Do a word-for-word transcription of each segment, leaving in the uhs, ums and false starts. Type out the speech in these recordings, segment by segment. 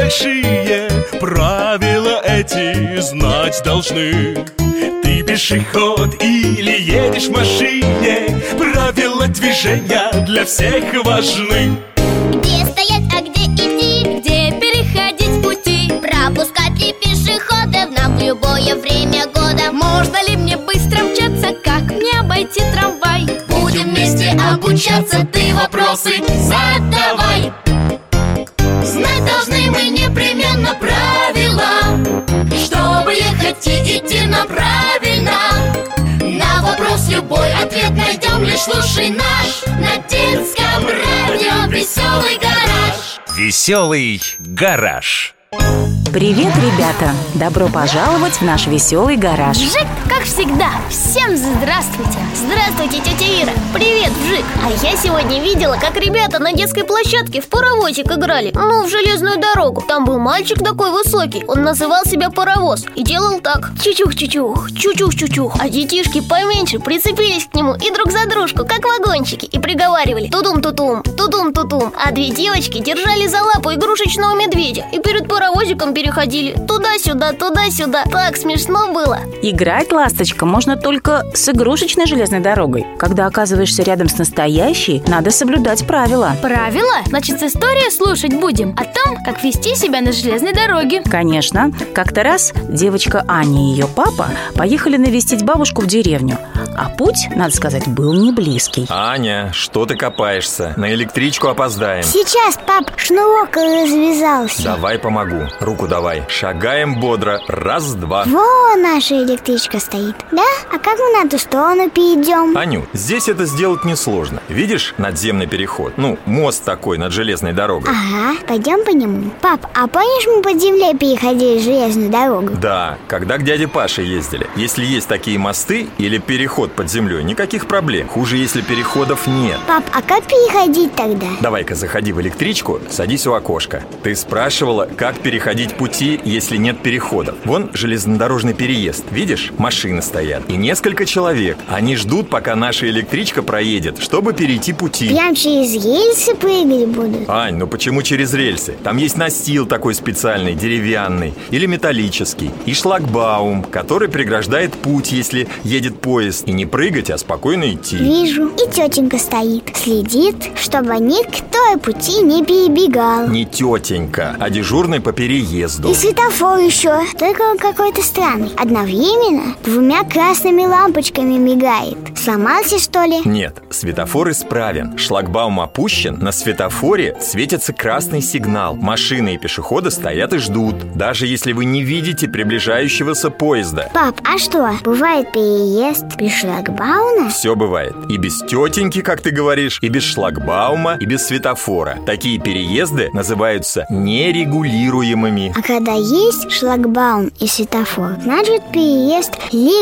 большие, правила эти знать должны. Ты пешеход или едешь в машине, правила движения для всех важны. Где стоять, а где идти, где переходить пути, пропускать ли пешеходов нам в любое время года. Можно ли мне быстро мчаться, как мне обойти трамвай? Будем вместе обучаться, ты вопросы задавай. Знать должны мы непременно правила, чтобы ехать и идти нам правильно. На вопрос любой ответ найдем, лишь слушай наш на детском радио «Веселый гараж». Веселый гараж. Привет, ребята! Добро пожаловать в наш веселый гараж. Вжик, как всегда. Всем здравствуйте. Здравствуйте, тетя Ира. Привет, Вжик. А я сегодня видела, как ребята на детской площадке в паровозик играли. Ну, в железную дорогу. Там был мальчик такой высокий, он называл себя Паровоз и делал так: чучух-чучух, чучух-чучух. А детишки поменьше прицепились к нему и друг за дружку, как вагончики, и приговаривали: тудум-тутум, тудум-тутум. А две девочки держали за лапу игрушечного медведя и перед паровозиком переходили туда-сюда, туда-сюда. Так смешно было. Играть, ласточка, можно только с игрушечной железной дорогой. Когда оказываешься рядом с настоящей, надо соблюдать правила. Правила? Значит, историю слушать будем о том, как вести себя на железной дороге. Конечно. Как-то раз девочка Аня и ее папа поехали навестить бабушку в деревню. А путь, надо сказать, был не близкий. Аня, что ты копаешься? На электричку опоздаем. Сейчас, пап, шнурок развязался. Давай помогу. Руку давай. Шагаем бодро. Раз, два. Вон наша электричка стоит. Да? А как мы на ту сторону перейдем? Аню, здесь это сделать несложно. Видишь надземный переход? Ну, мост такой над железной дорогой. Ага, пойдем по нему. Пап, а помнишь, мы под землей переходили железную дорогу? Да, когда к дяде Паше ездили. Если есть такие мосты или переход под землей, никаких проблем. Хуже, если переходов нет. Пап, а как переходить тогда? Давай-ка заходи в электричку, садись у окошка. Ты спрашивала, как переходить пути, если нет переходов. Вон железнодорожный переезд. Видишь, машины стоят. И несколько человек. Они ждут, пока наша электричка проедет, чтобы перейти пути. Прям через рельсы прыгать будут? Ань, ну почему через рельсы? Там есть настил такой специальный, деревянный или металлический. И шлагбаум, который преграждает путь, если едет поезд. И не прыгать, а спокойно идти. Вижу. И тетенька стоит, следит, чтобы никто пути не перебегал. Не тетенька, а дежурный по переезду. И светофор еще, только он какой-то странный. Одновременно двумя красными лампочками мигает. Сломался, что ли? Нет, светофор исправен. Шлагбаум опущен, на светофоре светится красный сигнал. Машины и пешеходы стоят и ждут, даже если вы не видите приближающегося поезда. Пап, а что, бывает переезд без шлагбаума? Все бывает. И без тетеньки, как ты говоришь, и без шлагбаума, и без светофора. Такие переезды называются нерегулируемыми. А когда есть шлагбаум и светофор, значит переезд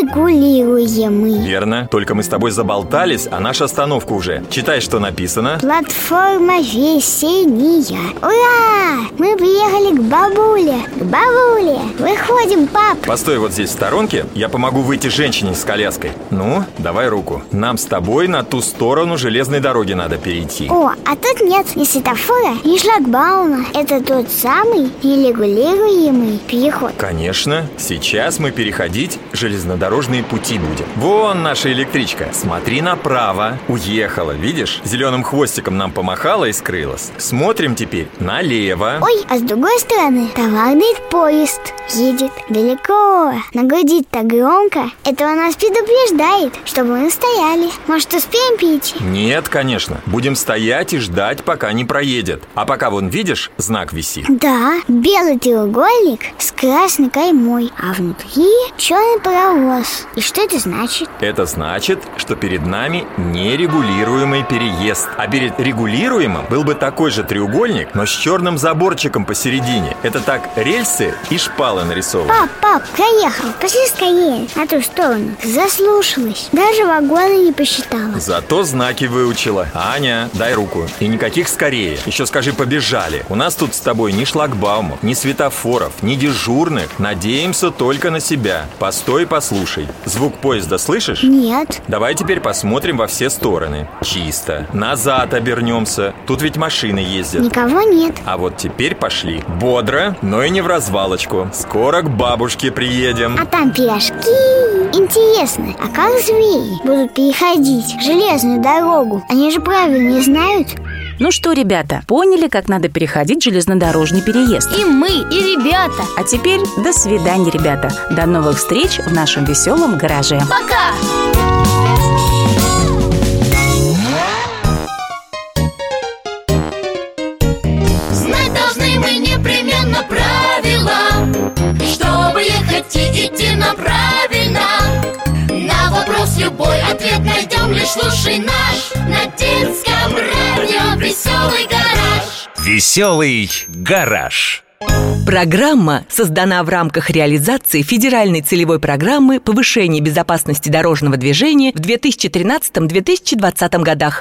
регулируемый. Верно, только мы с тобой заболтались, а наша остановка уже. Читай, что написано. Платформа весенняя. Ура! Мы приехали к бабуле. К бабуле. Выходим, пап. Постой вот здесь в сторонке, я помогу выйти женщине с коляской. Ну, давай руку. Нам с тобой на ту сторону железной дороги надо перейти. О, а тут нет ни светофора, ни шлагбаума. Это тот самый нерегулируемый переход. Конечно, сейчас мы переходить железнодорожные пути будем. Вон наша электричка. Смотри направо. Уехала, видишь? Зеленым хвостиком нам помахала и скрылась. Смотрим теперь налево. Ой, а с другой стороны товарный поезд едет далеко. Но гудит так громко. Это он нас предупреждает, чтобы мы стояли. Может, успеем перейти? Нет, конечно. Будем стоять и ждать, пока не проедет. А пока вон, видишь, знак висит? Да, белый треугольник с красной каймой, а внутри черный паровоз. И что это значит? Это значит, что перед нами нерегулируемый переезд. А перед регулируемым был бы такой же треугольник, но с черным заборчиком посередине. Это так рельсы и шпалы нарисованы. Пап, пап, проехал. Пошли скорее на ту сторону. Заслушалась. ошиблась. Даже вагоны не посчитала. Зато знаки выучила. Аня, дай руку. И никаких скорее. Еще скажи «побежали». У нас тут с тобой ни шлагбаумов, ни светофоров, ни дежурных. Надеемся только на себя. Постой и послушай. Звук поезда слышишь? Нет. Давай теперь посмотрим во все стороны. Чисто. Назад обернемся. Тут ведь машины ездят. Никого нет. А вот теперь пошли. Бодро, но и не в развалочку. Скоро к бабушке приедем. А там пешки. Интересно, а как звери будут переходить железную дорогу? Они же правильно знают. Ну что, ребята, поняли, как надо переходить железнодорожный переезд? И мы, и ребята. А теперь до свидания, ребята. До новых встреч в нашем веселом гараже. Пока! Знать должны мы непременно правила, чтобы ехать и идти нам правильно. На вопрос любой ответ найдем, лишь слушай наш на детском радио «Веселый гараж». Веселый гараж. Программа создана в рамках реализации федеральной целевой программы повышения безопасности дорожного движения в две тысячи тринадцатом — две тысячи двадцатом годах.